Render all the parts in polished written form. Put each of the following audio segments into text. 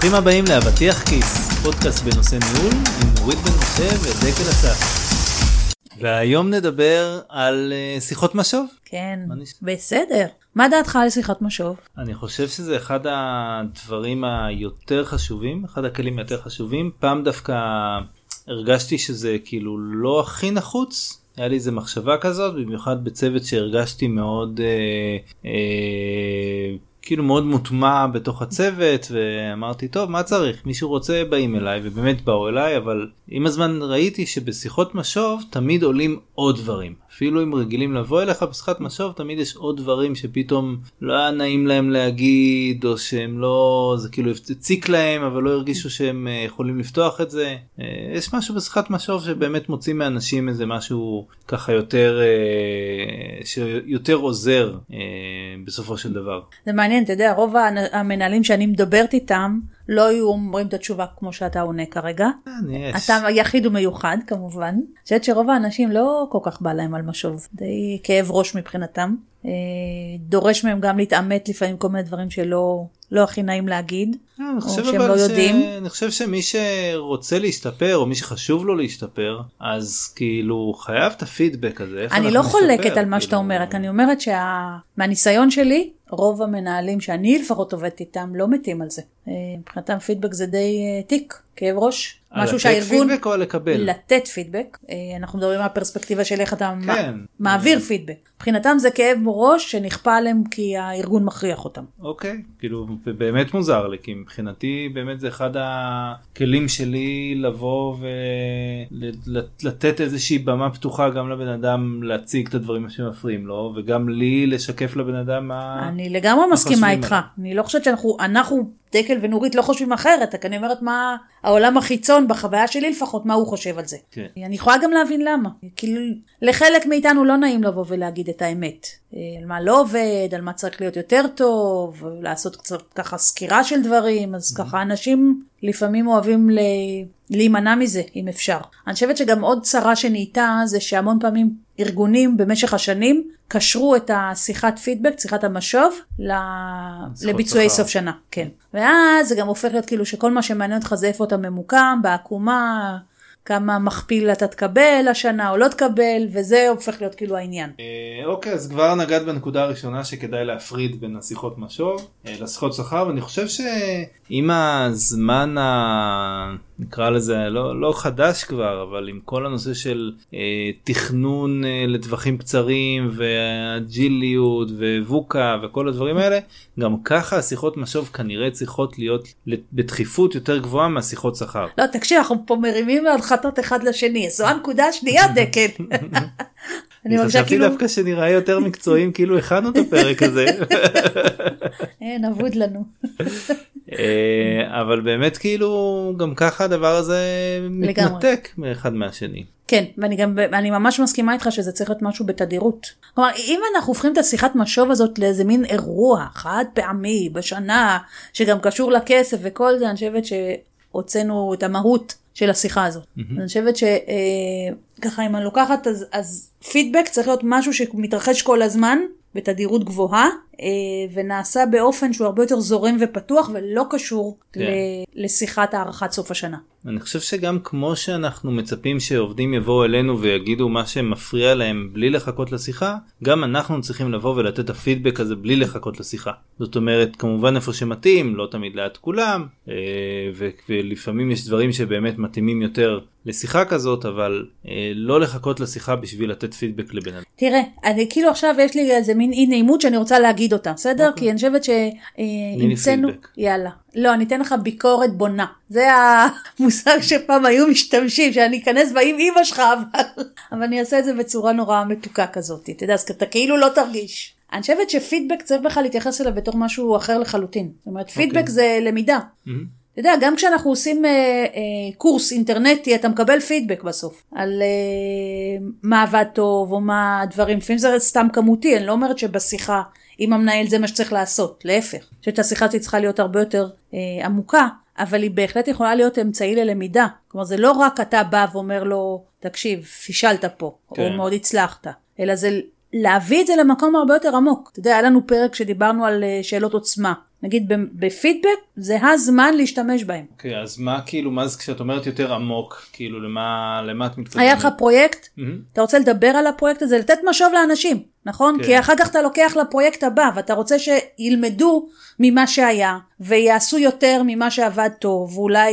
ברוכים הבאים לאבטיח כיס, פודקאסט בנושא ניהול עם נורית בן משה ודקל אסף. והיום נדבר על שיחות משוב. כן, בסדר. מה דעתך על שיחת משוב? אני חושב שזה אחד הדברים היותר חשובים, אחד הכלים היותר חשובים. פעם דווקא הרגשתי שזה כאילו לא הכי נחוץ. היה לי איזה מחשבה כזאת, במיוחד בצוות שהרגשתי מאוד כאילו מאוד מוטמע בתוך הצוות, ואמרתי טוב מה צריך, מישהו רוצה באים אליי, ובאמת באו אליי, אבל עם הזמן ראיתי שבשיחות משוב תמיד עולים עוד דברים. אפילו אם רגילים לבוא אליך בשיחת משוב, תמיד יש עוד דברים שפתאום לא היה נעים להם להגיד, או שהם לא, זה כאילו הציק להם, אבל לא הרגישו שהם יכולים לפתוח את זה. יש משהו בשיחת משוב שבאמת מוציא מאנשים איזה משהו ככה יותר עוזר בסופו של דבר. זה מעניין, אתה יודע, רוב המנהלים שאני מדברת איתם, לא היו אומרים את התשובה כמו שאתה עונה כרגע. אתה יחיד ומיוחד כמובן. אני חושבת שרוב האנשים לא כל כך בא להם על משוב. די כאב ראש מבחינתם. דורש מהם גם להתאמת לפעמים כל מיני דברים שלא הכי נעים להגיד. או שהם לא יודעים. אני חושב שמי שרוצה להשתפר או מי שחשוב לו להשתפר, אז כאילו חייב את הפידבק הזה. אני לא חולקת על מה שאתה אומר, רק אני אומרת מהניסיון שלי, רוב המנהלים שאני לפחות עובדת איתם לא מתים על זה. מבחינתם פידבק זה די תיק, כאב ראש. משהו שהארגון... לתת פידבק או לקבל? לתת פידבק. אנחנו מדברים על הפרספקטיבה של איך אתה מעביר פידבק. מבחינתם זה כאב ראש שנכפה עליהם כי הארגון מכריח אותם. אוקיי, כאילו באמת מוזר לי, כי מבחינתי באמת זה אחד הכלים שלי לבוא ולתת איזושהי במה פתוחה גם לבן אדם להציג את הדברים שמפריעים לו, וגם לי לשקף לבן אדם מה... אני לגמרי מסכימה איתך. אני לא חושבת שאנחנו דקל ונורית לא חושבים אחרת, רק אני אומרת מה העולם החיצון בחוויה שלי לפחות, מה הוא חושב על זה. כן. אני יכולה גם להבין למה. כאילו לחלק מאיתנו לא נעים לבוא ולהגיד את האמת. על מה לא עובד, על מה צריך להיות יותר טוב, לעשות קצת ככה סקירה של דברים, אז ככה אנשים לפעמים אוהבים להימנע מזה אם אפשר. אני חושבת שגם עוד צרה שנהייתה זה שהמון פעמים ארגונים במשך השנים קשרו את השיחת פידבק, שיחת המשוב, לביצועי סוף שנה. כן. ואז זה גם הופך להיות כאילו שכל מה שמעניין אותך זה איפה אתה ממוקם, בעקומה, כמה מכפיל אתה תקבל השנה או לא תקבל, וזה הופך להיות כאילו העניין. אוקיי, אז כבר נגעת בנקודה הראשונה שכדאי להפריד בין השיחות משוב לשיחות שכר, ואני חושב שעם הזמן נקרא לזה לא חדש כבר, אבל עם כל הנושא של תכנון לטווחים קצרים ואג'יליות וווקה וכל הדברים האלה, גם ככה השיחות משוב כנראה צריכות להיות בדחיפות יותר גבוהה מהשיחות שכר. לא, תקשיב, אנחנו פה מרימים להנחתות אחד לשני, זו הנקודה השנייה דקל. אני חשבתי דווקא שנראה יותר מקצועיים, כאילו הכנו את הפרק הזה. אין, עבוד לנו. אבל באמת כאילו גם ככה הדבר הזה מתנתק מאחד מהשני. כן, ואני ממש מסכימה איתך שזה צריך להיות משהו בתדירות. כלומר, אם אנחנו הופכים את השיחת משוב הזאת לאיזה מין אירוע, חד פעמי, בשנה, שגם קשור לכסף וכל זה, אני חושבת שהוצאנו את המהות של השיחה הזאת. אני חושבת שככה אם אני לוקחת, אז פידבק צריך להיות משהו שמתרחש כל הזמן, בתדירות גבוהה, ונעשה באופן שהוא הרבה יותר זורם ופתוח, ולא קשור לשיחת הערכת סוף השנה. אני חושב שגם כמו שאנחנו מצפים שעובדים יבואו אלינו ויגידו מה שמפריע להם בלי לחכות לשיחה, גם אנחנו צריכים לבוא ולתת את הפידבק הזה בלי לחכות לשיחה. זאת אומרת, כמובן איפה שמתאים, לא תמיד ליד כולם, ולפעמים יש דברים שבאמת מתאימים יותר לשיחה כזאת, אבל לא לחכות לשיחה בשביל לתת פידבק לבן אדם. תראה, אני כאילו עכשיו יש לי איזה מין אי נעימות שאני רוצה להגיד אותה, בסדר? כי אני חושבת שהמצאנו, יאללה. לא, אני אתן לך ביקורת בונה. זה המושג שפעם היו משתמשים, שאני אכנס בה עם אמא שלך, אבל אני אעשה את זה בצורה נורא מתוקה כזאת. אתה יודע, אז אתה כאילו לא תרגיש. אני חושבת שפידבק צריך בכלל להתייחס אליו בתור משהו אחר לחלוטין. זאת אומרת, פידבק זה למידה. אתה יודע, גם כשאנחנו עושים קורס אינטרנטי, אתה מקבל פידבק בסוף, על מה עבד טוב או מה הדברים. לפעמים זה סתם כמותי, אני לא אומרת שבשיחה עם המנהל זה מה שצריך לעשות, להפך. שאת השיחה צריכה להיות הרבה יותר עמוקה, אבל היא בהחלט יכולה להיות אמצעי ללמידה. כלומר, זה לא רק אתה בא ואומר לו, תקשיב, פישלת פה, כן. או מאוד הצלחת, אלא זה להביא את זה למקום הרבה יותר עמוק. אתה יודע, היה לנו פרק שדיברנו על שאלות עוצמה. נגיד בפידבק, זה הזמן להשתמש בהם. אוקיי, אז מה כאילו, מה זה כשאת אומרת יותר עמוק, כאילו למה את מתכוונת? היה לך פרויקט, אתה רוצה לדבר על הפרויקט הזה, לתת משוב לאנשים, נכון? כי אחר כך אתה לוקח לפרויקט הבא, ואתה רוצה שילמדו ממה שהיה, ויעשו יותר ממה שעבד טוב, ואולי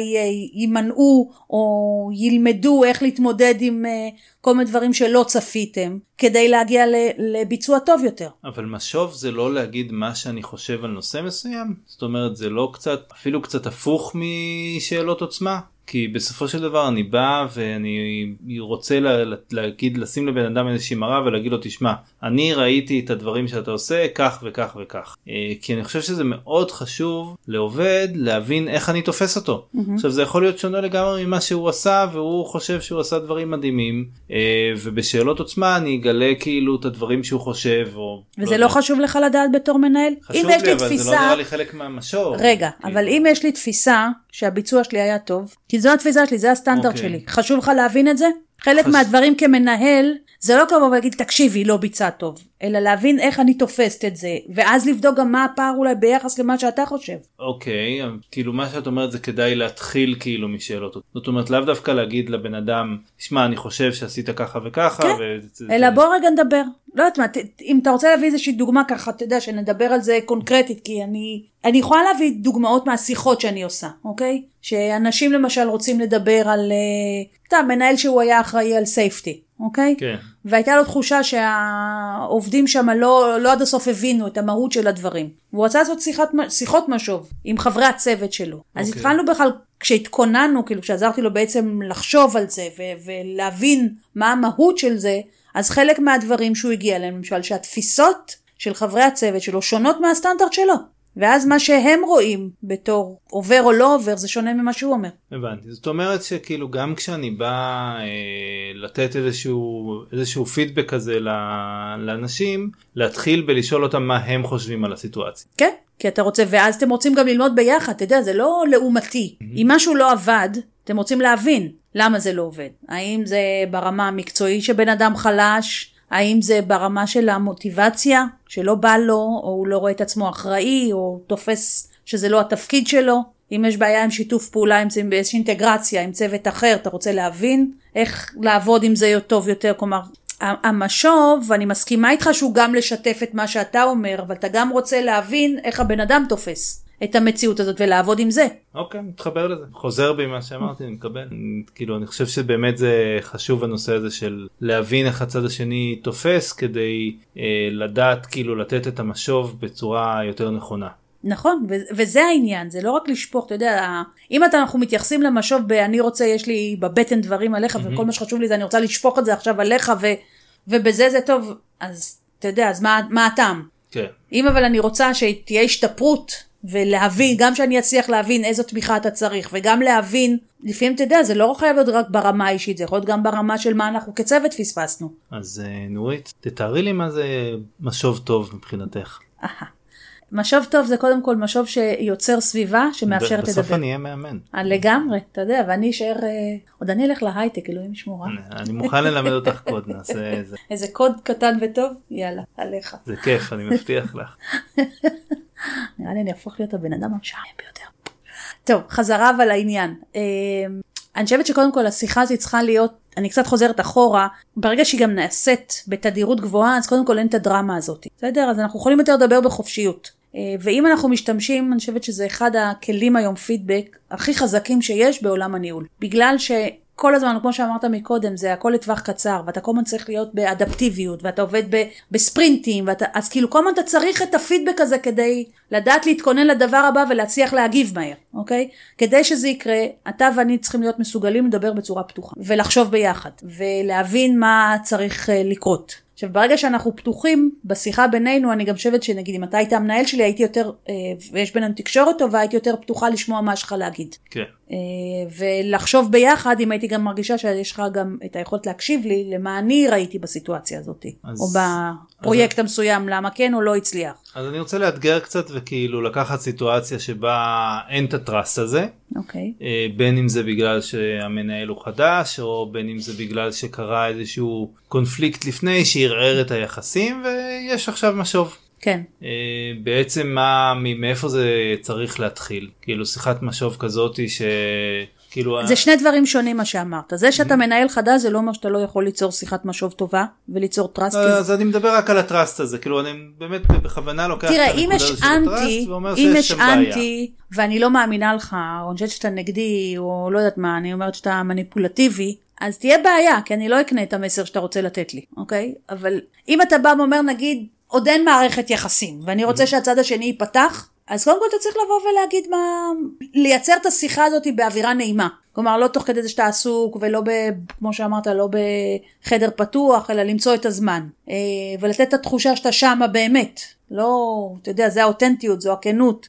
יימנעו, או ילמדו איך להתמודד עם כל מיני דברים שלא צפיתם, כדי להגיע לביצוע טוב יותר. אבל משוב זה לא להגיד מה שאני חושב על נושא מסוים? זאת אומרת, זה לא אפילו קצת הפוך משאלות עוצמה? כי בסופו של דבר אני בא ואני רוצה לשים לבן אדם איזושהי מראה ולהגיד לו, תשמע, אני ראיתי את הדברים שאתה עושה כך וכך וכך. כי אני חושב שזה מאוד חשוב לעובד להבין איך אני תופס אותו. עכשיו זה יכול להיות שונה לגמרי ממה שהוא עשה, והוא חושב שהוא עשה דברים מדהימים, ובשאלות עוצמה אני אגלה כאילו את הדברים שהוא חושב. וזה לא חשוב לך לדעת בתור מנהל? חשוב לי, אבל זה לא נראה לי חלק מהמשור. רגע, אבל אם יש לי תפיסה שהביצוע שלי היה טוב, כי זו התפיסה שלי, זה הסטנדרט שלי. חשוב לך להבין את זה? חלק מהדברים כמנהל, זה לא כמו להגיד, תקשיבי, לא ביצע טוב, אלא להבין איך אני תופסת את זה, ואז לבדוק גם מה הפער אולי ביחס למה שאתה חושב. אוקיי, כאילו מה שאת אומרת זה כדאי להתחיל כאילו משאלות. זאת אומרת, לאו דווקא להגיד לבן אדם, תשמע, אני חושב שעשית ככה וככה. כן, אלא בוא רגע נדבר. לא יודעת מה, אם אתה רוצה להביא איזושהי דוגמה ככה, אתה יודע, שנדבר על זה קונקרטית, כי אני יכולה להביא דוגמאות מהשיחות שאני עושה, אוקיי? שאנשים למשל רוצים לדבר על, מנהל שהוא היה אחראי על סייפטי, אוקיי? כן. והייתה לו תחושה שהעובדים שם לא עד הסוף הבינו את המהות של הדברים. והוא רצה לעשות שיחות משוב עם חברי הצוות שלו. אז התחלנו בכלל, כשהתכוננו, כאילו כשעזרתי לו בעצם לחשוב על זה ולהבין מה המהות של זה, אז חלק מהדברים שהוא הגיע אליהם, למשל שהתפיסות של חברי הצוות שלו שונות מהסטנדרט שלו. ואז מה שהם רואים בתור עובר או לא עובר, זה שונה ממה שהוא אומר. הבנתי. זאת אומרת שכאילו גם כשאני בא לתת איזשהו פידבק כזה לאנשים, להתחיל בלשאול אותם מה הם חושבים על הסיטואציה. כן, כי אתה רוצה, ואז אתם רוצים גם ללמוד ביחד, אתה יודע, זה לא לעומתי. אם משהו לא עבד, אתם רוצים להבין למה זה לא עובד. האם זה ברמה המקצועית שבן אדם חלש, האם זה ברמה של המוטיבציה, שלא בא לו, או הוא לא רואה את עצמו אחראי, או תופס שזה לא התפקיד שלו. אם יש בעיה עם שיתוף פעולה, אם באיזושהי אינטגרציה, עם צוות אחר, אתה רוצה להבין איך לעבוד עם זה טוב יותר. כלומר, המשוב, ואני מסכימה איתך שהוא גם לשתף את מה שאתה אומר, אבל אתה גם רוצה להבין איך הבן אדם תופס את המציאות הזאת ולעבוד עם זה. אוקיי, מתחבר לזה. חוזר בי מה שאמרתי, אני מקבל. כאילו, אני חושב שבאמת זה חשוב הנושא הזה של להבין איך הצד השני תופס, כדי לדעת, כאילו, לתת את המשוב בצורה יותר נכונה. נכון, וזה העניין, זה לא רק לשפוך, אתה יודע, אם אנחנו מתייחסים למשוב אני רוצה, יש לי בבטן דברים עליך, וכל מה שחשוב לי זה אני רוצה לשפוך את זה עכשיו עליך, ובזה זה טוב, אז אתה יודע, אז מה הטעם? כן. אם אבל אני רוצה שתהיה השתפרות, ולהבין, גם שאני אצליח להבין איזו תמיכה אתה צריך, וגם להבין, לפעמים אתה יודע, זה לא חייב להיות רק ברמה האישית, זה יכול להיות גם ברמה של מה אנחנו כצוות פספסנו. אז נורית, תתארי לי מה זה משוב טוב מבחינתך. משוב טוב זה קודם כל משוב שיוצר סביבה שמאפשרת לדבר. בסוף אני אהיה מאמן. לגמרי, אתה יודע, ואני אשאר, עוד אני אלך להייטק, אלוהים שמורה. אני מוכן ללמד אותך קוד, נעשה איזה. איזה קוד קטן וטוב? יאללה, עליך. זה כיף, אני מבטיח לך. נראה לי אני אהפוך להיות הבן אדם המשעמם ביותר. טוב, חזרה אבל לעניין. אני חושבת שקודם כל השיחה הזאת צריכה להיות, אני קצת חוזרת אחורה, ברגע שהיא גם נעשית בתדירות גבוהה, אז קודם כל אין את הדרמה הזאת. בסדר? אז אנחנו יכולים יותר לדבר בחופשיות. ואם אנחנו משתמשים, אני חושבת שזה אחד הכלים היום פידבק הכי חזקים שיש בעולם הניהול. בגלל שכל הזמן, כמו שאמרת מקודם, זה הכל לטווח קצר, ואתה כל הזמן צריך להיות באדפטיביות, ואתה עובד בספרינטים, אז כאילו כל הזמן אתה צריך את הפידבק הזה כדי לדעת להתכונן לדבר הבא ולהצליח להגיב מהר, אוקיי? כדי שזה יקרה, אתה ואני צריכים להיות מסוגלים לדבר בצורה פתוחה, ולחשוב ביחד, ולהבין מה צריך לקרות. עכשיו, ברגע שאנחנו פתוחים בשיחה בינינו, אני גם חושבת שנגיד, אם אתה היית המנהל שלי, הייתי יותר, ויש בינינו תקשורת טובה, הייתי יותר פתוחה לשמוע מה שלך להגיד. כן. ולחשוב ביחד, אם הייתי גם מרגישה שיש לך גם את היכולת להקשיב לי, למה אני ראיתי בסיטואציה הזאת, או בפרויקט המסוים, למה כן או לא הצליח. אז אני רוצה לאתגר קצת, וכאילו לקחת סיטואציה שבה אין את הטרסט הזה. אוקיי. בין אם זה בגלל שהמנהל הוא חדש, או בין אם זה בגלל שקרה איזשהו קונפליקט לפני, שערער את היחסים, ויש עכשיו משוב. כן. בעצם מאיפה זה צריך להתחיל? כאילו שיחת משוב כזאת כאילו... זה שני דברים שונים מה שאמרת. זה שאתה מנהל חדש זה לא אומר שאתה לא יכול ליצור שיחת משוב טובה וליצור טראסט. אז אני מדבר רק על הטראסט הזה, כאילו אני באמת בכוונה לוקח את הנקודה של הטראסט ואומר שיש שם בעיה. אם יש אנטי ואני לא מאמינה לך, או אני חושבת שאתה נגדי, או לא יודעת מה, אני אומרת שאתה מניפולטיבי, אז תהיה בעיה, כי אני לא אקנה את המסר שאתה רוצה לתת לי, אוקיי? אבל אם אתה בא ואומר נגיד, עוד אין מערכת יחסים, ואני רוצה שהצד השני ייפתח, אז קודם כל אתה צריך לבוא ולהגיד לייצר את השיחה הזאת באווירה נעימה. כלומר, לא תוך כדי זה שאתה עסוק, ולא כמו שאמרת, לא בחדר פתוח, אלא למצוא את הזמן. ולתת את התחושה שאתה שמה באמת. לא, אתה יודע, זה האותנטיות, זו הכנות.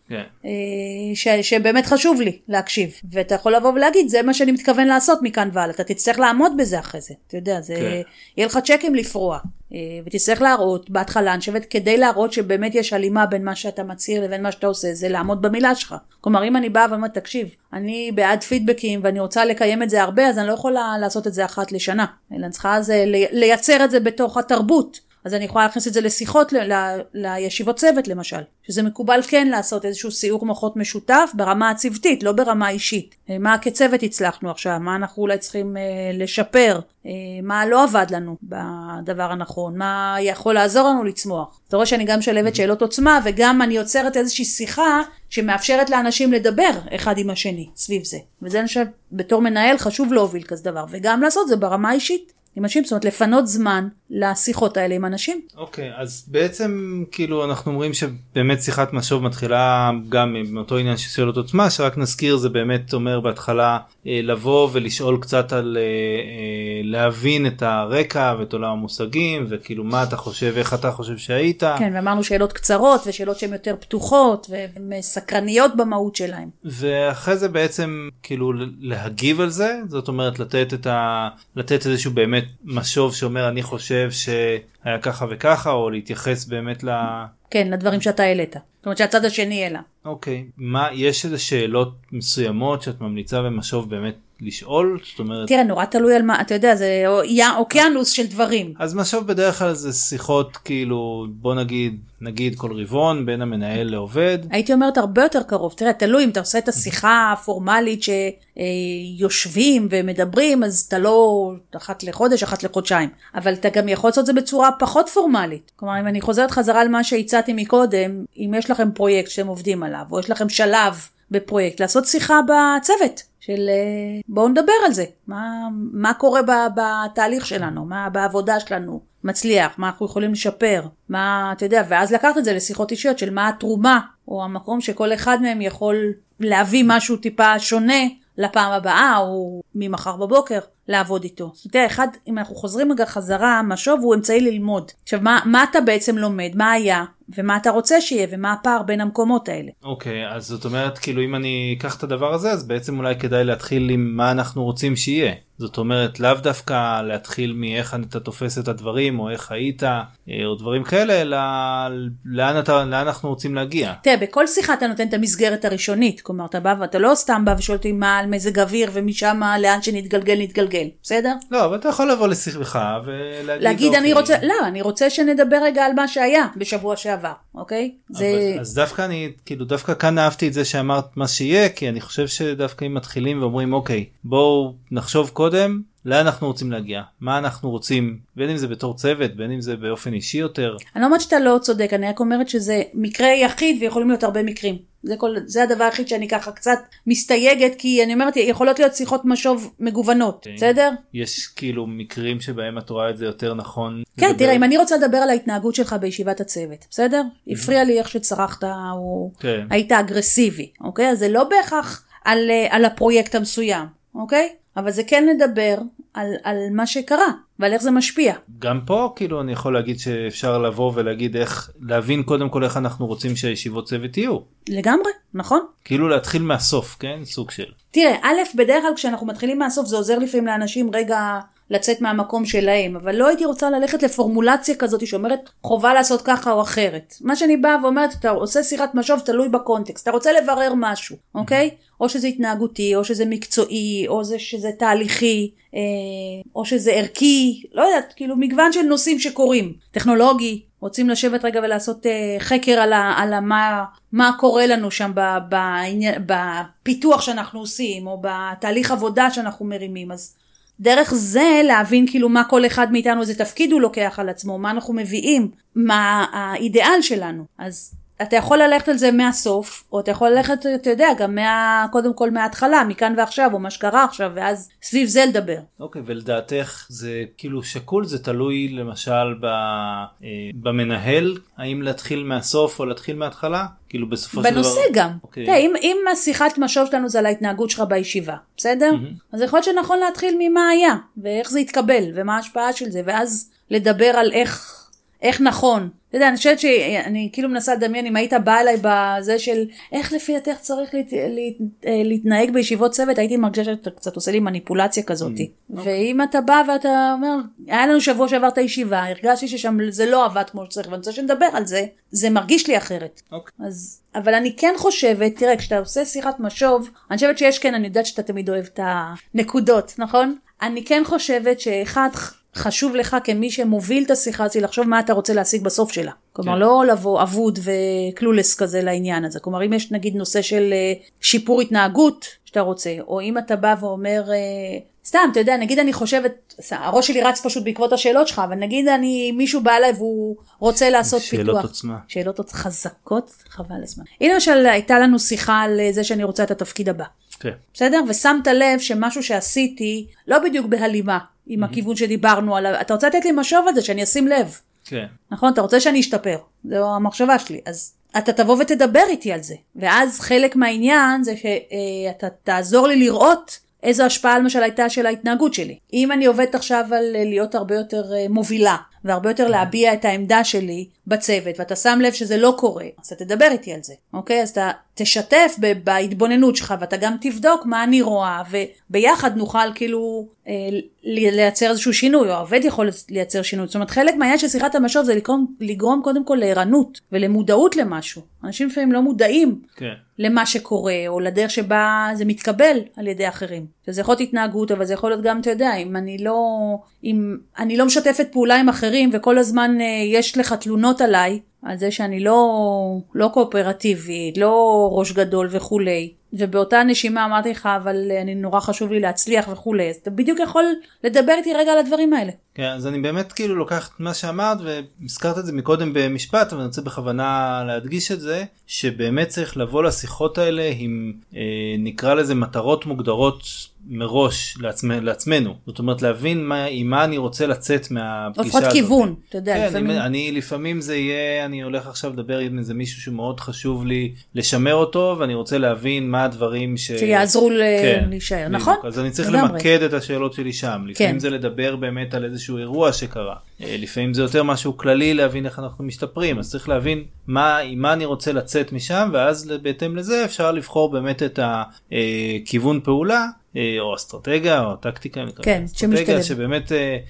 שבאמת חשוב לי להקשיב. ואתה יכול לבוא ולהגיד, זה מה שאני מתכוון לעשות מכאן ועל. אתה תצטרך לעמוד בזה אחרי זה. אתה יודע, יהיה לך צ'קים לפרוע. ותצטרך להראות, בהתחלה, נשבת כדי להראות שבאמת יש הלימה בין מה שאתה מצהיר לבין מה שאתה עושה, זה לעמוד במילה שלך. כלומר, אם אני באה ואומרת, תקשיב, אני בעד פידבקים ואני רוצה לקיים את זה הרבה, אז אני לא יכולה לעשות את זה אחת לשנה. אלא אני צריכה לייצר את זה בתוך התרבות. אז אני יכולה להכניס את זה לשיחות, לישיבות צוות למשל, שזה מקובל כן לעשות איזשהו סיור מוחות משותף ברמה הצוותית, לא ברמה אישית. מה כצוות הצלחנו עכשיו, מה אנחנו אולי צריכים לשפר, מה לא עבד לנו בדבר הנכון, מה יכול לעזור לנו לצמוח. אתה רואה שאני גם שלבת שאלות עוצמה, וגם אני יוצרת איזושהי שיחה שמאפשרת לאנשים לדבר אחד עם השני סביב זה. וזה אני חושב, בתור מנהל חשוב להוביל כזה דבר, וגם לעשות זה ברמה האישית. עם אנשים, זאת אומרת, לפנות זמן לשיחות האלה עם אנשים. אוקיי, אז בעצם כאילו אנחנו אומרים שבאמת שיחת משוב מתחילה גם מאותו עניין של שאלות עוצמה, שרק נזכיר זה באמת אומר בהתחלה לבוא ולשאול קצת על להבין את הרקע ואת עולם המושגים, וכאילו מה אתה חושב, איך אתה חושב שהיית. כן, ואמרנו שאלות קצרות ושאלות שהן יותר פתוחות וסקרניות במהות שלהן. ואחרי זה בעצם כאילו להגיב על זה, זאת אומרת לתת איזשהו באמת משוב שאומר אני חושב שהיה ככה וככה, או להתייחס באמת כן, לדברים שאתה העלית. זאת אומרת שהצד השני העלה. אוקיי. יש איזה שאלות מסוימות שאת ממליצה במשוב באמת לשאול? זאת אומרת... תראה, נורא תלוי על מה, אתה יודע, זה אוקיינוס של דברים. אז משוב בדרך כלל זה שיחות כאילו, בוא נגיד כל רבעון בין המנהל לעובד. הייתי אומרת הרבה יותר קרוב. תראה, תלוי אם אתה עושה את השיחה הפורמלית שיושבים ומדברים, אז אתה לא אחת לחודש, אחת לחודשיים. אבל אתה גם יכול לעשות את זה בצורה פחות פורמלית. כלומר, אם אני חוזרת חזרה על מה שהצעתי מקודם, אם יש לכם פרויקט שאתם עובדים עליו, או יש לכם שלב בפרויקט, לעשות שיחה בצוות של בואו נדבר על זה. מה קורה בתהליך שלנו, מה בעבודה שלנו מצליח, מה אנחנו יכולים לשפר, מה, אתה יודע, ואז לקחת את זה לשיחות אישיות של מה התרומה, או המקום שכל אחד מהם יכול להביא משהו טיפה שונה לפעם הבאה, או ממחר בבוקר, לעבוד איתו. זאת אומרת, אחד, אם אנחנו חוזרים חזרה, משוב הוא אמצעי ללמוד. עכשיו, מה אתה בעצם לומד? מה היה? ומה אתה רוצה שיהיה? ומה הפער בין המקומות האלה? אוקיי, אז זאת אומרת, כאילו, אם אני אקח את הדבר הזה, אז בעצם אולי כדאי להתחיל עם מה אנחנו רוצים שיהיה. זאת אומרת, לאו דווקא להתחיל מאיך אתה תופס את הדברים, או איך היית, או דברים כאלה, אלא לאן אנחנו רוצים להגיע. תראה, בכל שיחה אתה נותן את המסגרת הראשונית. כלומר, אתה לא סתם בא ושואל אותי מה על מזג אוויר, ומשם לאן שנתגלגל, בסדר? לא, אבל אתה יכול לבוא לשיחה ולהגיד, אני רוצה שנדבר רגע על מה שהיה בשבוע שעבר, אוקיי? אז דווקא כאן אהבתי את זה שאמרת מה שיהיה, כי אני חושב שדווקא אם מתחילים ואומרים, אוקיי, בואו נחשוב קודם, לאן אנחנו רוצים להגיע? מה אנחנו רוצים, בין אם זה בתור צוות, בין אם זה באופן אישי יותר? אני לא אומרת שאתה לא צודק, אני רק אומרת שזה מקרה יחיד ויכולים להיות הרבה מקרים. זה הדבר היחיד שאני ככה קצת מסתייגת, כי אני אומרת, יכולות להיות שיחות משוב מגוונות, בסדר? יש כאילו מקרים שבהם את רואה את זה יותר נכון. כן, תראה, אם אני רוצה לדבר על ההתנהגות שלך בישיבת הצוות, בסדר? הפריע לי איך שצרחת, או היית אגרסיבי, אוקיי? אז זה לא בהכרח על הפרויקט המסוים, אוקיי? אבל זה כן לדבר על מה שקרה, ועל איך זה משפיע. גם פה, כאילו, אני יכול להגיד שאפשר לבוא ולהגיד להבין קודם כל איך אנחנו רוצים שהישיבות צוות יהיו. לגמרי, נכון? כאילו להתחיל מהסוף, כן? סוג של. תראה, בדרך כלל כשאנחנו מתחילים מהסוף, זה עוזר לפעמים לאנשים רגע לצאת מהמקום שלהם, אבל לא הייתי רוצה ללכת לפורמולציה כזאת שאומרת חובה לעשות ככה או אחרת. מה שאני באה ואומרת, אתה עושה שיחת משוב תלוי בקונטקסט, אתה רוצה לברר משהו, אוקיי? או שזה התנהגותי, או שזה מקצועי, או שזה תהליכי, או שזה ערכי, לא יודעת, כאילו מגוון של נושאים שקורים, טכנולוגי, רוצים לשבת רגע ולעשות חקר על מה קורה לנו שם בפיתוח שאנחנו עושים, או בתהליך עבודה שאנחנו מרימים, אז דרך זה להבין כאילו מה כל אחד מאיתנו, איזה תפקיד הוא לוקח על עצמו, מה אנחנו מביאים, מה האידיאל שלנו. אז אתה יכול ללכת על זה מהסוף, או אתה יכול ללכת, אתה יודע, גם קודם כל מההתחלה, מכאן ועכשיו, או מה שקרה עכשיו, ואז סביב זה לדבר. אוקיי, ולדעתך זה כאילו שקול, זה תלוי למשל במנהל, האם להתחיל מהסוף או להתחיל מההתחלה? כאילו בסופו של דבר... בנושא גם. תראה, אם השיחת משוב שלנו זה על ההתנהגות שלך בישיבה, בסדר? אז יכול להיות שנכון להתחיל ממה היה, ואיך זה יתקבל, ומה ההשפעה של זה, ואז לדבר על איך נכון. אתה יודע, אני חושבת שאני כאילו מנסה לדמיין, אם היית בא אליי בזה של איך לפי דעתך צריך להתנהג בישיבות צוות, הייתי מרגישה שאתה קצת עושה לי מניפולציה כזאת. ואם אתה בא ואתה אומר, היה לנו שבוע שעבר את הישיבה, הרגשתי ששם זה לא עבד כמו שצריך, ואני רוצה שנדבר על זה, זה מרגיש לי אחרת. אבל אני כן חושבת, תראה, כשאתה עושה שיחת משוב, אני חושבת שיש כן, אני יודעת שאתה תמיד אוהב את הנקודות, נכון? אני כן חושבת שאחד חשוב לך כמי שמוביל את השיחה הזאת לחשוב מה אתה רוצה להשיג בסוף שלה. כלומר, לא לבוא אבוד וקלולס כזה לעניין הזה. כלומר, אם יש נגיד נושא של שיפור התנהגות שאתה רוצה, או אם אתה בא ואומר, סתם, אתה יודע, נגיד אני חושבת, הראש שלי רץ פשוט בעקבות השאלות שלך, אבל נגיד מישהו בא אליי והוא רוצה לעשות פיתוח. שאלות עוצמה. שאלות חזקות, חבל הזמן. הנה למשל, הייתה לנו שיחה על זה שאני רוצה את התפקיד הבא. בסדר? ושמת לב שמשהו שעשיתי לא בדיוק בהלימה עם הכיוון שדיברנו עליו. אתה רוצה לתת לי משוב על זה שאני אשים לב. כן. נכון? אתה רוצה שאני אשתפר. זו המחשבה שלי. אז אתה תבוא ותדבר איתי על זה. ואז חלק מהעניין זה שאתה תעזור לי לראות איזו השפעה למשל הייתה של ההתנהגות שלי. אם אני עובדת עכשיו על להיות הרבה יותר מובילה, והרבה יותר להביע את העמדה שלי בצוות, ואתה שם לב שזה לא קורה, אז אתה תדבר איתי על זה, אוקיי? אז אתה תשתף בהתבוננות שלך, ואתה גם תבדוק מה אני רואה, וביחד נוכל כאילו לייצר איזשהו שינוי, או העובד יכול לייצר שינוי. זאת אומרת, חלק מהעניין של שיחת המשוב זה לגרום קודם כל לערנות, ולמודעות למשהו. אנשים לפעמים לא מודעים למה שקורה, או לדרך שבה זה מתקבל על ידי אחרים. שזה יכול להיות התנהגות, אבל זה יכול להיות גם, אתה יודע, אם אני לא משתפת פעולה עם אחרים, וכל הזמן יש לך תלונות עליי, על זה שאני לא קואופרטיבית, לא ראש גדול וכולי. ובאותה נשימה אמרתי לך, אבל אני נורא חשוב לי להצליח וכולי. אז אתה בדיוק יכול לדבר איתי רגע על הדברים האלה. כן, אז אני באמת כאילו לוקח את מה שאמרת, והזכרת את זה מקודם במשפט, אבל אני רוצה בכוונה להדגיש את זה, שבאמת צריך לבוא לשיחות האלה עם, נקרא לזה מטרות מוגדרות מראש לעצמנו. זאת אומרת, להבין עם מה אני רוצה לצאת מהפגישה הזאת. לפחות כיוון, אתה יודע. כן, לפעמים זה יהיה, אני הולך עכשיו לדבר עם איזה מישהו שמאוד חשוב לי לשמר אותו, ואני רוצה להבין מה הדברים שיעזרו להישאר, נכון? אז אני צריך למקד את השאלות שלי שם. לפעמים זה לדבר באמת על איזשהו אירוע שקרה. לפעמים זה יותר משהו כללי להבין איך אנחנו משתפרים. אז צריך להבין עם מה אני רוצה לצאת משם, ואז בהתאם לזה אפשר לבחור באמת את הכיוון פעולה, או אסטרטגיה או טקטיקה, כן, אסטרטגיה שבאמת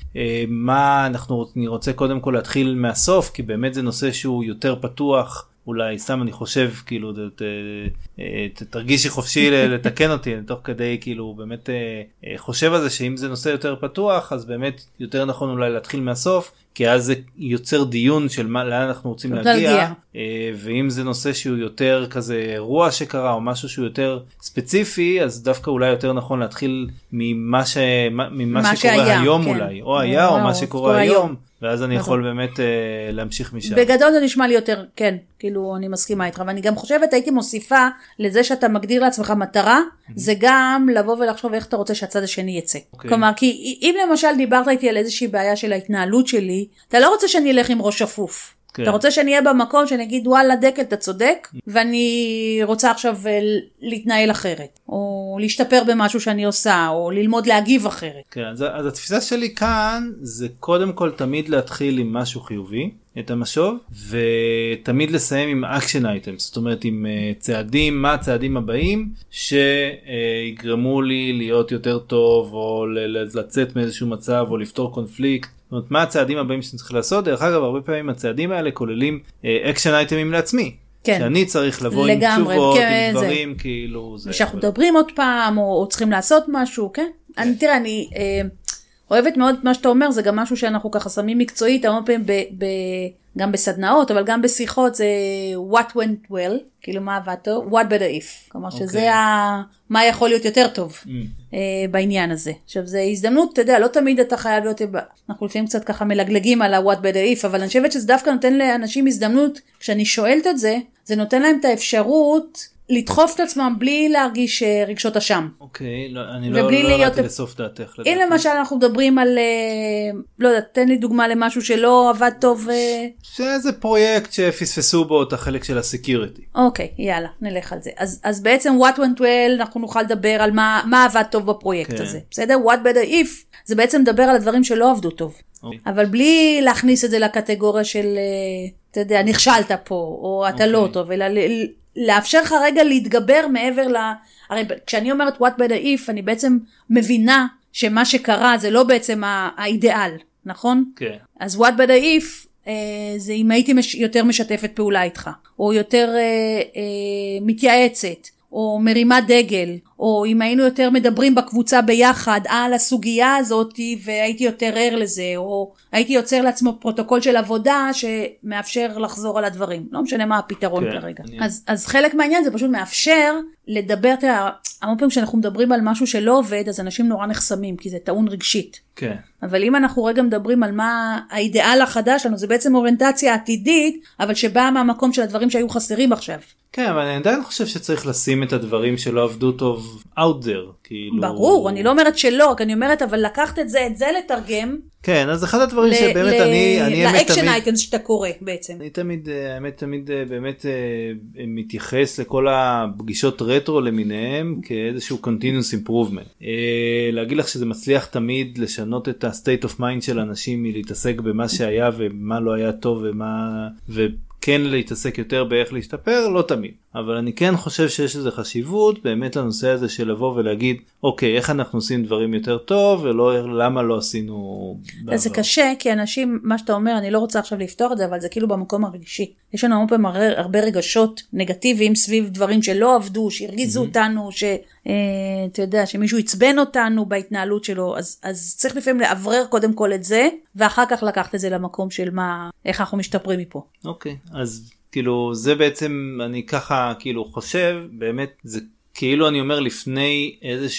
אני רוצה קודם כל להתחיל מהסוף, כי באמת זה נושא שהוא יותר פתוח, אולי סתם אני חושב כאילו תרגישי חופשי לתקן אותי, תוך כדי כאילו באמת חושב על זה שאם זה נושא יותר פתוח, אז באמת יותר נכון אולי להתחיל מהסוף, כי אז זה יוצר דיון של לאן אנחנו רוצים להגיע, ואם זה נושא שהוא יותר כזה אירוע שקרה או משהו שהוא יותר ספציפי, אז דווקא אולי יותר נכון להתחיל ממה שקורה היום אולי, או היה או מה שקורה היום, ואז אני יכול באמת להמשיך משם. בגדול זה נשמע לי יותר, כן, כאילו אני מסכימה איתך, ואני גם חושבת, הייתי מוסיפה לזה שאתה מגדיר לעצמך מטרה, זה גם לבוא ולחשוב איך אתה רוצה שהצד השני יצא. כלומר, כי אם למשל דיברת איתי על איזושהי בעיה של ההתנהלות שלי, אתה לא רוצה שאני אלך עם ראש שפוף. אתה רוצה שאני אהיה במקום שנגיד וואלה דקל אתה צודק, ואני רוצה עכשיו להתנהל אחרת, או להשתפר במשהו שאני עושה, או ללמוד להגיב אחרת. כן, אז התפיסה שלי כאן זה קודם כל תמיד להתחיל עם משהו חיובי, את המשוב, ותמיד לסיים עם אקשן אייטמס, זאת אומרת עם צעדים, מה הצעדים הבאים שיגרמו לי להיות יותר טוב, או לצאת מאיזשהו מצב, או לפתור קונפליקט. זאת אומרת, מה הצעדים הבאים שאני צריך לעשות? דרך אגב, הרבה פעמים הצעדים האלה כוללים אקשן אייטמים לעצמי. כן. שאני צריך לבוא לגמרי, עם תשובות, כן, עם דברים, זה. כאילו זה... ושאנחנו מדברים עוד פעם, או צריכים לעשות משהו, כן? כן. תראה, אני אוהבת מאוד מה שאתה אומר, זה גם משהו שאנחנו ככה שמים מקצועית, הרבה פעמים גם בסדנאות, אבל גם בשיחות, זה what went well, כאילו מה עבד טוב, what better if. כלומר שזה מה יכול להיות יותר טוב בעניין הזה. עכשיו, זה הזדמנות, אתה יודע, לא תמיד אתה חייב להיות, אנחנו לפעמים קצת ככה מלגלגים על ה-what better if, אבל אני חושבת שזה דווקא נותן לאנשים הזדמנות, כשאני שואלת את זה, זה נותן להם את האפשרות לדחוף את עצמם בלי להרגיש רגשות אשם. אוקיי, אני לא ראיתי לסוף דעתך. אם למשל אנחנו מדברים על, לא יודע, תן לי דוגמה למשהו שלא עבד טוב. שזה פרויקט שפספסו בו את החלק של הסקיוריטי. אוקיי, יאללה, נלך על זה. אז בעצם what went well, אנחנו נוכל לדבר על מה עבד טוב בפרויקט הזה. בסדר? what better if, זה בעצם לדבר על הדברים שלא עבדו טוב. אבל בלי להכניס את זה לקטגוריה של, אתה יודע, נכשלת פה, או אתה לא טוב, אלא לאפשר לך רגע להתגבר מעבר הרי כשאני אומרת what better if, אני בעצם מבינה שמה שקרה זה לא בעצם האידיאל, נכון? כן. אז what better if, זה אם הייתי יותר משתפת פעולה איתך, או יותר מתייעצת, או מרימה דגל, או אם היינו יותר מדברים בקבוצה ביחד על הסוגיה הזאת, והייתי יותר ער לזה, או הייתי יוצר לעצמו פרוטוקול של עבודה שמאפשר לחזור על הדברים. לא משנה מה הפתרון כרגע. אז חלק מהעניין זה פשוט מאפשר לדבר, המון פעמים כשאנחנו מדברים על משהו שלא עובד, אז אנשים נורא נחסמים, כי זה טעון רגשית. כן. אבל אם אנחנו רגע מדברים על מה האידיאל החדש שלנו, זה בעצם אוריינטציה עתידית, אבל שבאה מהמקום של הדברים שהיו חסרים עכשיו. כן, אבל אני עדיין חושב שצריך לשים את הדברים שלא עבדו טוב out there, כאילו... ברור, אני לא אומרת שלא, רק אני אומרת, אבל לקחת את זה לתרגם... כן, אז אחד הדברים שבאמת אני... לאקשן אייטמס שאתה קורא בעצם. אני תמיד באמת מתייחס לכל הפגישות רטרו למיניהם, כאיזשהו continuous improvement. להגיד לך שזה מצליח תמיד לשנות את ה-state of mind של אנשים, מלהתעסק במה שהיה ומה לא היה טוב כן להתעסק יותר באיך להשתפר, לא תמיד. אבל אני כן חושב שיש איזו חשיבות באמת לנושא הזה של לבוא ולהגיד, אוקיי, איך אנחנו עושים דברים יותר טוב, ולא למה לא עשינו בעבר. זה קשה, כי אנשים, מה שאתה אומר, אני לא רוצה עכשיו לפתור את זה, אבל זה כאילו במקום הרגשי. יש לנו הרבה רגשות נגטיביים סביב דברים שלא עבדו, שהרגיזו אותנו, אתה יודע, שמישהו יצבן אותנו בהתנהלות שלו, אז צריך לפעמים לעברר קודם כל את זה, ואחר כך לקחת את זה למקום של איך אנחנו משתפרים מפה. אוקיי, אז כאילו זה אני ככה כאילו חושב, באמת זה כאילו אני אומר לפני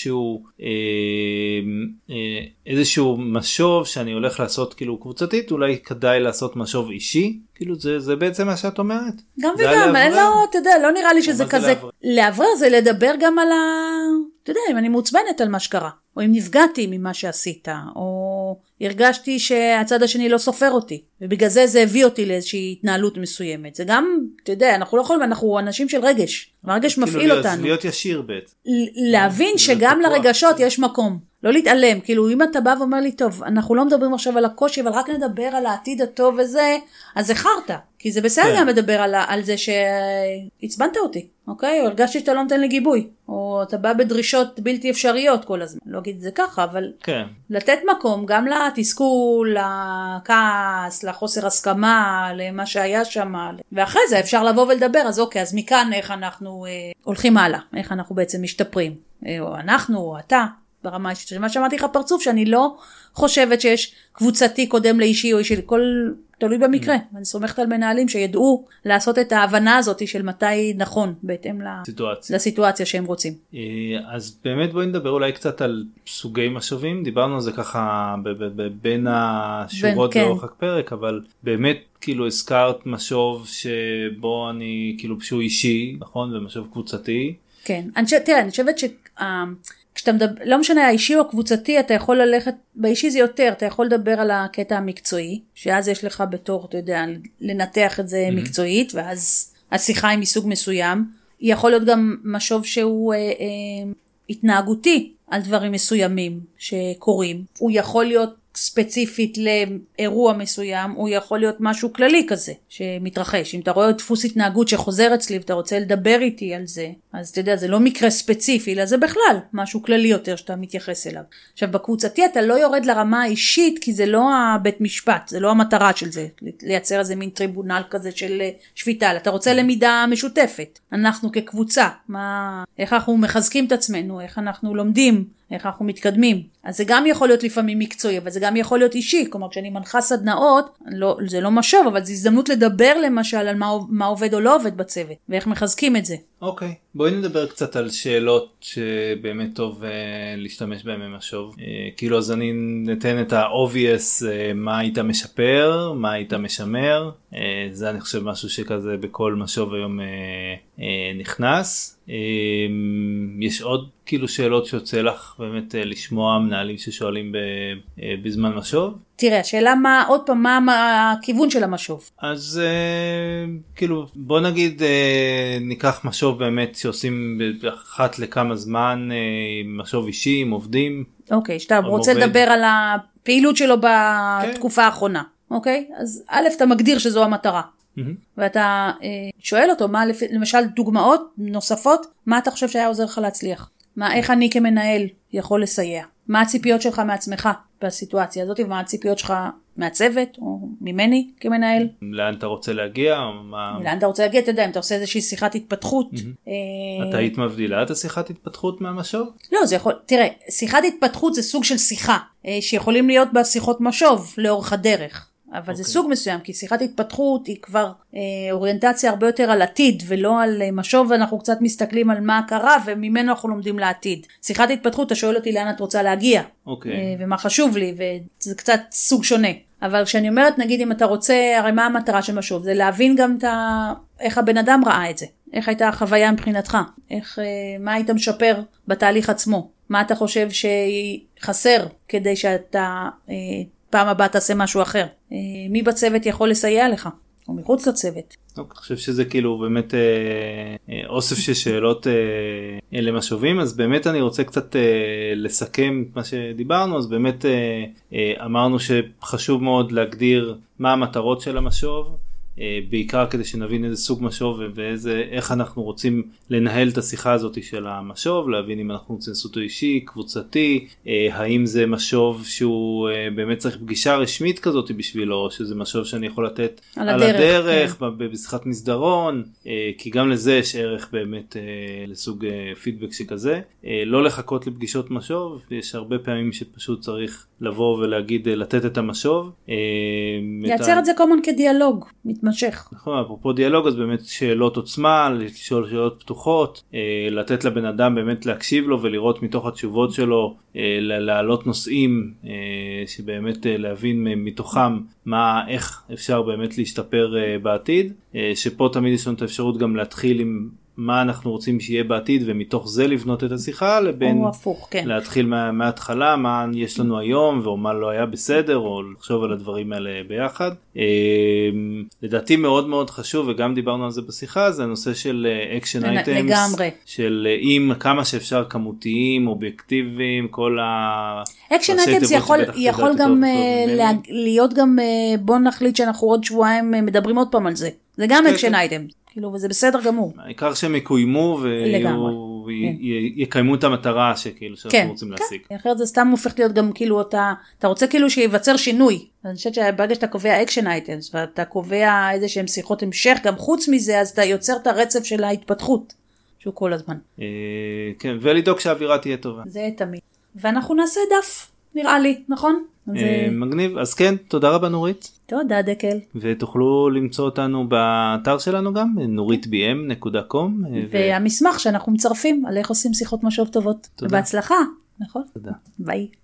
איזשהו משוב שאני הולך לעשות כאילו קבוצתית, אולי כדאי לעשות משוב אישי, כאילו זה בעצם מה שאת אומרת. גם וגם, אתה יודע, לא נראה לי שזה כזה, לעבר זה לדבר גם על אתה יודע, אם אני מעוצבנת על מה שקרה, או אם נפגעתי ממה שעשית, או הרגשתי שהצד השני לא סופר אותי, ובגלל זה הביא אותי לאיזושהי התנהלות מסוימת. זה גם, אתה יודע, אנחנו לא יכולים, אנחנו אנשים של רגש, והרגש מפעיל אותנו. להיות ישיר בעצם. להבין שגם לרגשות יש מקום, לא להתעלם, כאילו אם אתה בא ואומר לי, טוב, אנחנו לא מדברים עכשיו על הקושי, אבל רק נדבר על העתיד הטוב וזה, אז זכרת, כי זה בסדר גם לדבר על זה שהצבנת אותי, אוקיי? או הרגשתי שאתה לא נותן לי גיבוי, או אתה בא בדרישות בלתי אפשריות כל הזמן, לא אגיד את זה ככה, אבל לתת מקום גם לתסכול, לכעס, לחוסר הסכמה, למה שהיה שם, ואחרי זה אפשר לבוא ולדבר, אז אוקיי, אז מכאן איך אנחנו הולכים הלאה, איך אנחנו בעצם משתפרים, או אנחנו, או אתה. ברמה אישית, מה שאמרתי לך פרצוף, שאני לא חושבת שיש קבוצתי קודם לאישי או אישי, כל תלוי במקרה. אני סומכת על מנהלים שידעו לעשות את ההבנה הזאת של מתי נכון, בהתאם לסיטואציה שהם רוצים. אז באמת בואי נדבר אולי קצת על סוגי משובים, דיברנו על זה ככה בין השורות לאורך הפרק, אבל באמת כאילו הזכרת משוב שבו אני כאילו שהוא אישי, נכון, ומשוב קבוצתי. כן, תראה, אני חושבת כשאתה מדבר, לא משנה האישי או הקבוצתי, אתה יכול ללכת, באישי זה יותר, אתה יכול לדבר על הקטע המקצועי, שאז יש לך בתור, אתה יודע, לנתח את זה מקצועית, ואז השיחה היא מסוג מסוים. יכול להיות גם משוב שהוא התנהגותי על דברים מסוימים שקורים. הוא יכול להיות ספציפית לאירוע מסוים, הוא יכול להיות משהו כללי כזה שמתרחש. אם אתה רואה דפוס התנהגות שחוזר אצלי ואתה רוצה לדבר איתי על זה, אז אתה יודע, זה לא מקרה ספציפי, אלא זה בכלל משהו כללי יותר שאתה מתייחס אליו. עכשיו בקבוצתי אתה לא יורד לרמה האישית, כי זה לא הבית משפט, זה לא המטרה של זה, לייצר איזה מין טריבונל כזה של שפיטה. אתה רוצה למידה משותפת, אנחנו כקבוצה, איך אנחנו מחזקים את עצמנו, איך אנחנו לומדים, איך אנחנו מתקדמים. אז זה גם יכול להיות לפעמים מקצועי, אבל זה גם יכול להיות אישי. כלומר, כשאני מנחה סדנאות, זה לא משוב, אבל זו הזדמנות לדבר למשל על מה עובד או לא עובד בצוות, ואיך מחזקים את זה. אוקיי, בואי נדבר קצת על שאלות שבאמת טוב להשתמש בהן במשוב. כאילו, אז אני נתן את ה-obvious, מה היית משפר, מה היית משמר. זה אני חושב משהו שכזה בכל משוב היום נכנס. יש עוד כאילו שאלות שיוצא לך באמת לשמוע מנהלים ששואלים בזמן משוב? תראה, השאלה עוד פעם, מה הכיוון של המשוב? אז כאילו בוא נגיד ניקח משוב באמת שעושים אחת לכמה זמן, משוב אישי עם עובדים. אוקיי, שאתה רוצה לדבר על הפעילות שלו בתקופה האחרונה. אוקיי? אז א', אתה מגדיר שזו המטרה. ואתה שואל אותו, מה למשל דוגמאות נוספות, מה אתה חושב שהיה עוזר לך להצליח? איך אני כמנהל יכול לסייע? מה הציפיות שלך מעצמך בסיטואציה הזאת, ומה הציפיות שלך מהצוות או ממני כמנהל? לאן אתה רוצה להגיע? לאן אתה רוצה להגיע? אתה יודע, אם אתה עושה איזושהי שיחת התפתחות. אתה היית מבדילה את השיחת התפתחות מהמשוב? לא, זה יכול, תראה, שיחת התפתחות זה סוג של שיחה, שיכולים להיות בה שיחות משוב לאורך הדרך. אבל זה סוג מסוים, כי שיחת התפתחות היא כבר אוריינטציה הרבה יותר על עתיד, ולא על משוב, ואנחנו קצת מסתכלים על מה קרה, וממנו אנחנו לומדים לעתיד. שיחת התפתחות, אתה שואל אותי לאן את רוצה להגיע, ומה חשוב לי, וזה קצת סוג שונה. אבל כשאני אומרת, נגיד אם אתה רוצה, הרי מה המטרה של משוב? זה להבין גם איך הבן אדם ראה את זה. איך הייתה החוויה מבחינתך? מה היית משפר בתהליך עצמו? מה אתה חושב שחסר כדי שאתה פעם הבאה תעשה משהו אחר? מי בצוות יכול לסייע לך? או מחוץ לצוות? אני חושב שזה כאילו באמת אוסף של שאלות למשובים, אז באמת אני רוצה קצת לסכם את מה שדיברנו. אז באמת אמרנו שחשוב מאוד להגדיר מה המטרות של המשוב, בעיקר כדי שנבין איזה סוג משוב ואיך אנחנו רוצים לנהל את השיחה הזאת של המשוב, להבין אם אנחנו רוצים לעשות אותו אישי, קבוצתי, האם זה משוב שהוא באמת צריך פגישה רשמית כזאת בשבילו, שזה משוב שאני יכול לתת על הדרך כן. בשיחת מסדרון, כי גם לזה יש ערך באמת לסוג פידבק שכזה. לא לחכות לפגישות משוב, יש הרבה פעמים שפשוט צריך לבוא ולהגיד, לתת את המשוב. לייצר את זה כמובן כדיאלוג מתמשך. נכון, אפרופו דיאלוג, אז באמת שאלות עוצמה, לשאול שאלות פתוחות, לתת לבן אדם באמת להקשיב לו ולראות מתוך התשובות שלו, להעלות נושאים שבאמת להבין מתוכם איך אפשר באמת להשתפר בעתיד, שפה תמיד יש לנו את האפשרות גם להתחיל עם מה אנחנו רוצים שיהיה בעתיד, ומתוך זה לבנות את השיחה, לבין הפוך, כן. להתחיל מההתחלה, מה יש לנו היום, או מה לא היה בסדר, או לחשוב על הדברים האלה ביחד. לדעתי מאוד מאוד חשוב, וגם דיברנו על זה בשיחה, זה הנושא של אקשן אייטמס, לגמרי. של אם כמה שאפשר כמותיים, אובייקטיביים, כל אקשן אייטמס יכול גם להיות גם, בוא נחליט שאנחנו עוד שבועיים מדברים עוד פעם על זה. זה גם אקשן אייטמס. כאילו, וזה בסדר גמור. העיקר שהם יקוימו ויקיימו את המטרה שכאילו שאנחנו רוצים להשיג. כן, אחרת זה סתם הופך להיות גם כאילו, אתה רוצה כאילו שיווצר שינוי. אני חושבת שברגע שאתה קובע אקשן אייטמס, ואתה קובע איזה שהם שיחות המשך, גם חוץ מזה, אז אתה יוצר את הרצף של ההתפתחות, שהוא כל הזמן. כן, ולדאוג שהאווירה תהיה טובה. זה תמיד. ואנחנו נעשה דף, נראה לי, נכון? מגניב, אז כן, תודה רבה נורית. תודה דקל. ותוכלו למצוא אותנו באתר שלנו גם, nuritbm.com. והמסמך שאנחנו מצרפים על איך עושים שיחות משוב טובות. תודה. ובהצלחה, נכון? תודה. ביי.